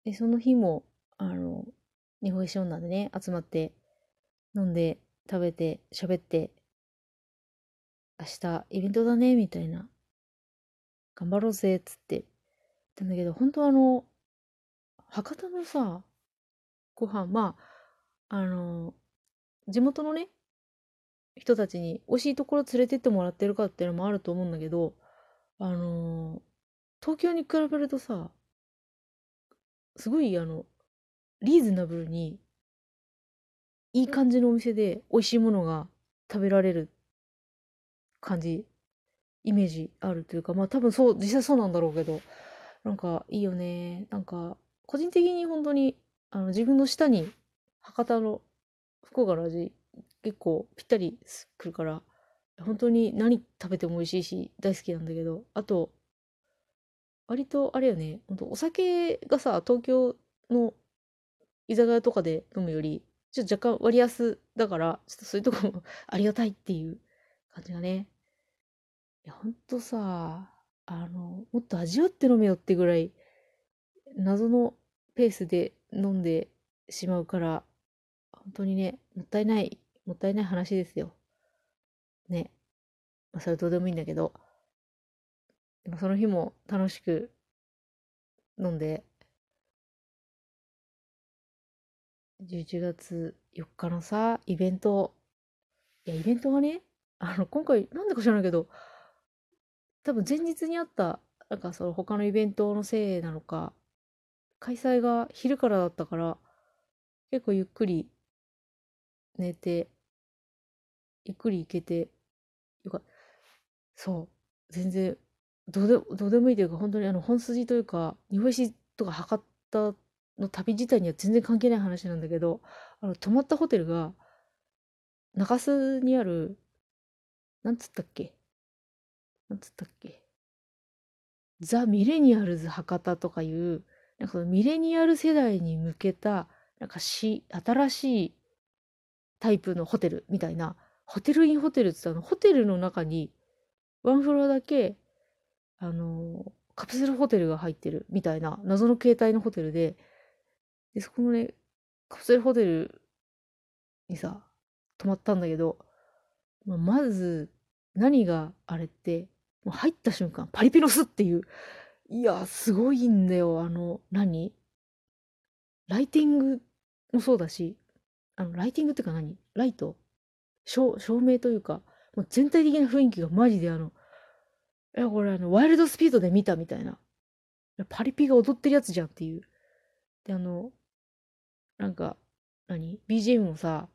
で、その日も、日本酒女でね、集まって飲んで、食べて、喋って、明日イベントだね、みたいな。頑張ろうぜ、つって。言ったんだけど、本当博多のさ、ご飯、地元のね、人たちに美味しいところ連れてってもらってるかっていうのもあると思うんだけど、あの、東京に比べるとさ、すごいリーズナブルにいい感じのお店で美味しいものが食べられる感じ、イメージあるというか、まあ多分そう、実際そうなんだろうけど、なんかいいよね。なんか、個人的に本当に、自分の舌に博多の福岡の味、結構ぴったりくるから、本当に何食べても美味しいし、大好きなんだけど、あと、割とあれよね、本当お酒がさ、東京の居酒屋とかで飲むより、ちょっと若干割安だから、ちょっとそういうとこもありがたいっていう感じがね。いや、ほんとさ、もっと味わって飲めよってぐらい、謎のペースで飲んでしまうから、本当にね、もったいない話ですよ。ね。まあ、それはどうでもいいんだけど、でもその日も楽しく飲んで、11月4日のさ、イベント、いや、イベントがね、今回、なんでか知らないけど、多分前日にあった、なんかその他のイベントのせいなのか、開催が昼からだったから、結構ゆっくり寝て、ゆっくり行けて、よかった。そう。全然、どうでもいいというか、本当に本筋というか、日本史とか博多の旅自体には全然関係ない話なんだけど、泊まったホテルが、中洲にある、なんつったっけなんつったっけザ・ミレニアルズ博多とかいう、なんかそのミレニアル世代に向けた、なんか新しいタイプのホテルみたいな、ホテルインホテルって言ったら、ホテルの中にワンフロアだけ、カプセルホテルが入ってるみたいな謎の形態のホテルで、で、そこのね、カプセルホテルにさ、泊まったんだけど、まず、何があれって、もう入った瞬間、パリピノスっていう、いや、すごいんだよ。ライティングもそうだし、ライティングっていうかライト照明というか、もう全体的な雰囲気がマジでこれワイルドスピードで見たみたいな。パリピが踊ってるやつじゃんっていう。で、なんか、BGM もさ、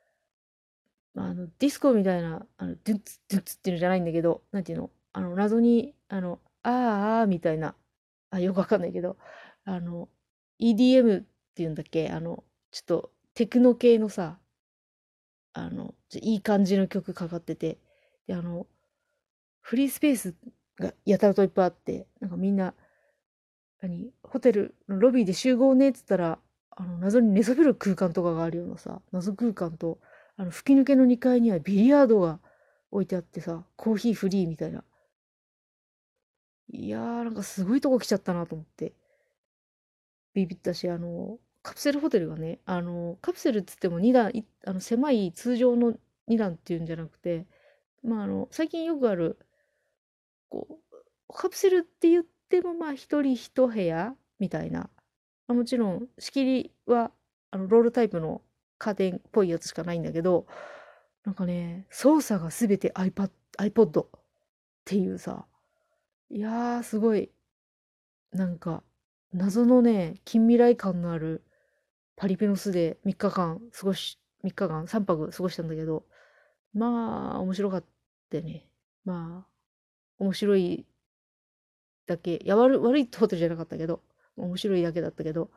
ディスコみたいな、ドゥンツ、ドゥンツっていうのじゃないんだけど、なんていうの謎に、みたいな、よくわかんないけど、あの、EDM っていうんだっけちょっとテクノ系のさ、いい感じの曲かかってて、で、フリースペースがやたらといっぱいあって、なんかみんな、ホテルのロビーで集合ねって言ったら、謎に寝そべる空間とかがあるようなさ、謎空間と、吹き抜けの2階にはビリヤードが置いてあってさ、コーヒーフリーみたいな。いやー、なんかすごいとこ来ちゃったなと思って。ビビったし、カプセルホテルがね、カプセルっつっても2段、狭い通常の2段っていうんじゃなくて、最近よくある、こカプセルって言っても、一人一部屋みたいな。もちろん、仕切りは、ロールタイプのカーテンっぽいやつしかないんだけど、なんかね、操作がすべて iPod っていうさ、いやー、すごい、なんか、謎のね、近未来感のあるパリピの巣で3日間、3泊過ごしたんだけど、面白かったね。面白いだけ、いや、悪いってホテルじゃなかったけど、面白いだけだったけど、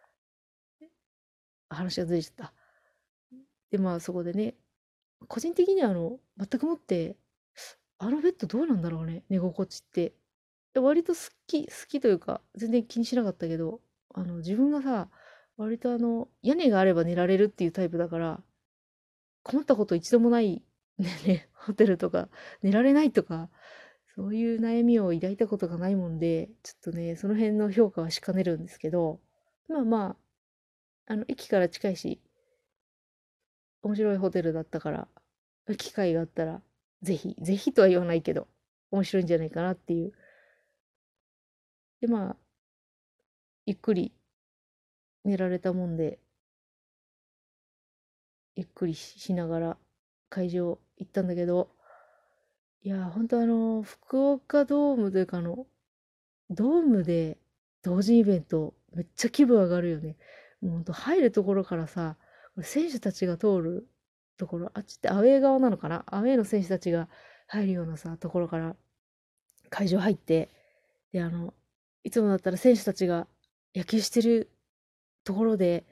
話がずれちゃった。で、そこでね、個人的には全くもって、あのベッドどうなんだろうね、寝心地って。割と好きというか、全然気にしなかったけど、自分がさ、割と屋根があれば寝られるっていうタイプだから、困ったこと一度もないね、ホテルとか、寝られないとか、そういう悩みを抱いたことがないもんで、ちょっとね、その辺の評価はしかねるんですけど、 まあまあ、駅から近いし、面白いホテルだったから、機会があったら、ぜひ、ぜひとは言わないけど、面白いんじゃないかなっていう。で、まあ、ゆっくり寝られたもんで、ゆっくりしながら会場行ったんだけど、いや、ほんと福岡ドームというかドームで同時イベント、めっちゃ気分上がるよね。もうほんと入るところからさ、選手たちが通るところ、あっちってアウェー側なのかな、アウェーの選手たちが入るようなさ、ところから会場入って、で、いつもだったら選手たちが野球してるところで、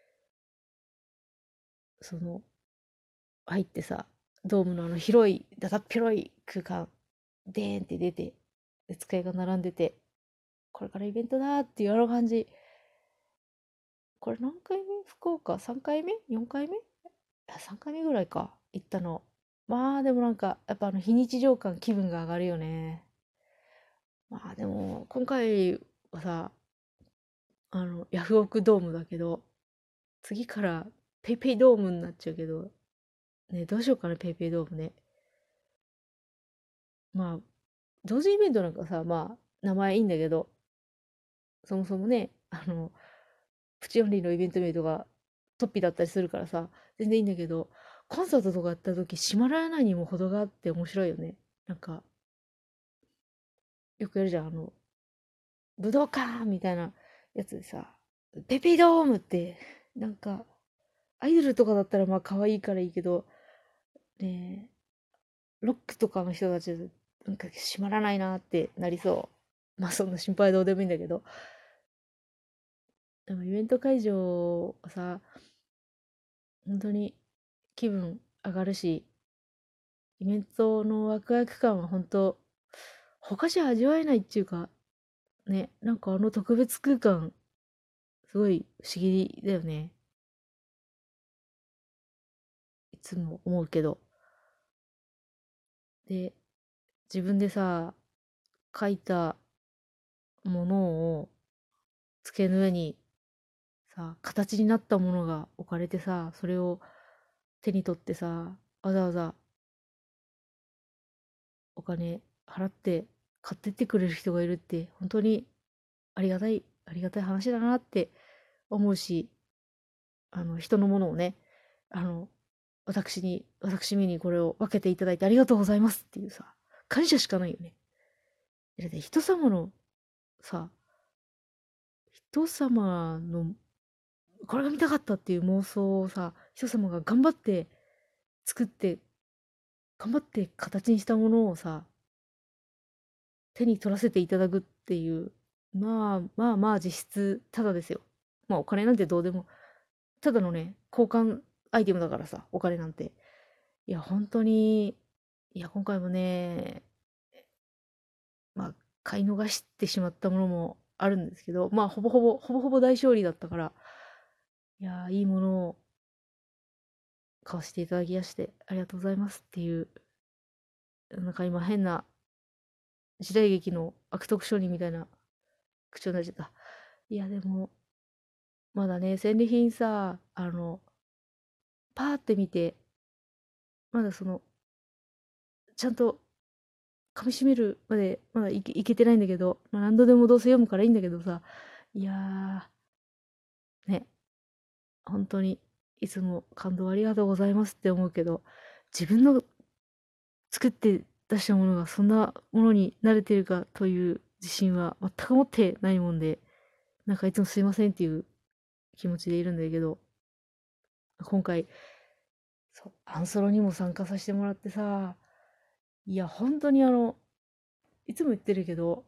その、入ってさ、ドームの広い、だだっ広い空間、でーんって出て、で机が並んでて、これからイベントだーっていう感じ。これ何回目福岡 ?3 回目 ?4 回目？ 3 回目ぐらいか。行ったの。まあでもなんか、やっぱ非日常感気分が上がるよね。まあでも、今回はさ、ヤフオクドームだけど、次からペイペイドームになっちゃうけど、ね、どうしようかな、ペイペイドームね。まあ、同時イベントなんかさ、まあ、名前いいんだけど、そもそもね、プチオンリーのイベント名とかトッピだったりするからさ、全然いいんだけど、コンサートとかやった時、閉まらないにも程があって面白いよね。なんか、よくやるじゃん、武道館みたいなやつでさ、ペペドームって、なんか、アイドルとかだったらまあ可愛いからいいけど、ねロックとかの人たちで、なんか閉まらないなってなりそう。まあそんな心配どうでもいいんだけど。でもイベント会場はさ、本当に気分上がるし、イベントのワクワク感は本当、他じゃ味わえないっていうか、ね、なんか特別空間、すごい不思議だよね。いつも思うけど。で、自分でさ、書いたものを机の上にさ、形になったものが置かれてさ、それを手に取ってさ、わざわざお金払って買ってってくれる人がいるって、本当にありがたい話だなって思うし、人のものをね、あの、私めにこれを分けていただいてありがとうございますっていうさ、感謝しかないよね。だって人様のさ、人様のこれが見たかったっていう妄想をさ、人様が頑張って作って、頑張って形にしたものをさ、手に取らせていただくっていう、まあまあまあ実質ただですよ。まあお金なんてどうでも、ただのね、交換アイテムだからさ、お金なんて。いや、本当に、いや、今回もね、まあ、買い逃してしまったものもあるんですけど、まあ、ほぼほぼ大勝利だったから、いや、いいものを買わせていただきやして、ありがとうございますっていう、なんか今変な時代劇の悪徳商人みたいな口調になっちゃった。いや、でも、まだね、戦利品さ、パーって見て、まだちゃんと噛み締めるまで、まだいけてないんだけど、まあ、何度でもどうせ読むからいいんだけどさ、いやね、本当にいつも感動ありがとうございますって思うけど、自分の作って出したものがそんなものに慣れてるかという自信は全く持ってないもんで、なんかいつもすいませんっていう気持ちでいるんだけど、今回、そう、アンソロにも参加させてもらってさ、いや、本当にいつも言ってるけど、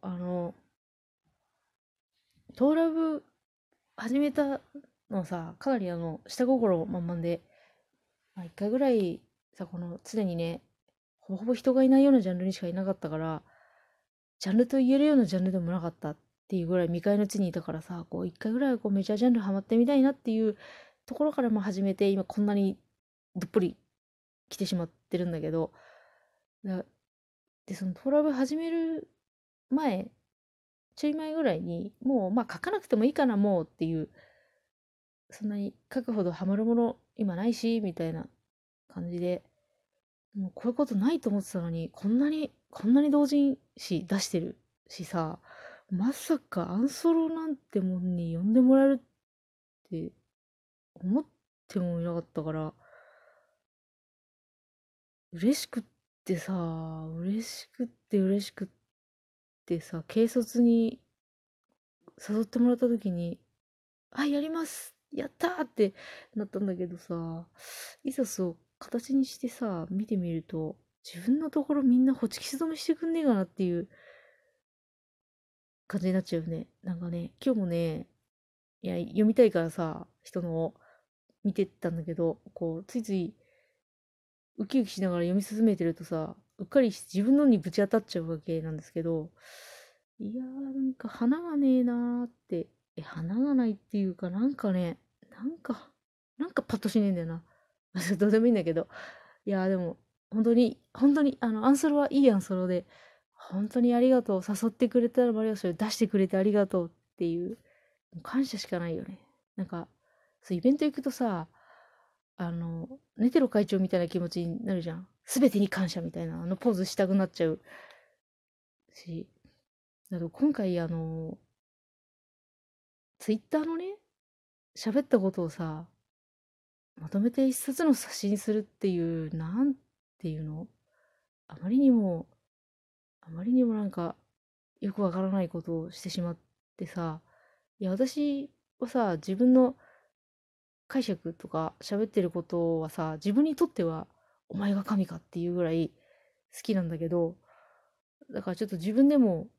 トーラブ始めたのさ、かなり下心満々で、まあ、一回ぐらいさ、常にね、ほぼほぼ人がいないようなジャンルにしかいなかったから、ジャンルと言えるようなジャンルでもなかったっていうぐらい未開の地にいたからさ、一回ぐらいはメジャージャンルハマってみたいなっていうところからも始めて、今こんなにどっぷり来てしまってるんだけど、だで、そのトラブ始める前、 ちょい前ぐらいに、もうまあ書かなくてもいいかな、もうっていう、そんなに書くほどハマるもの今ないし、みたいな感じで、もうこういうことないと思ってたのに、こんなに同人誌出してるしさ、まさかアンソロなんてもんに呼んでもらえるって思ってもいなかったから、嬉しくってさ、嬉しくって嬉しくってさ、軽率に誘ってもらった時に、あ、やりますやったーってなったんだけどさ、いざそう、形にしてさ、見てみると、自分のところみんなホチキス止めしてくんねえかなっていう感じになっちゃうね。なんかね、今日もね、いや、読みたいからさ、人のを見てったんだけど、こう、ついついウキウキしながら読み進めてるとさ、うっかり自分のにぶち当たっちゃうわけなんですけど、いやー、なんか花がねえなーって、花がないっていうか、なんかね、なんか、なんかパッとしねえんだよな。どうでもいいんだけど。いやーでも、本当に、アンソロはいいアンソロで、本当にありがとう。誘ってくれたらもありがとう。出してくれてありがとうっていう、もう感謝しかないよね。なんか、そう、イベント行くとさ、ネテロ会長みたいな気持ちになるじゃん。すべてに感謝みたいな、ポーズしたくなっちゃうし。だと今回、ツイッターのね、喋ったことをさ、まとめて一冊の冊子にするっていう、なんていうの、あまりにも、あまりにもなんか、よくわからないことをしてしまってさ、いや、私はさ、自分の解釈とか喋ってることはさ、自分にとっては、お前が神かっていうぐらい好きなんだけど、だからちょっと自分でも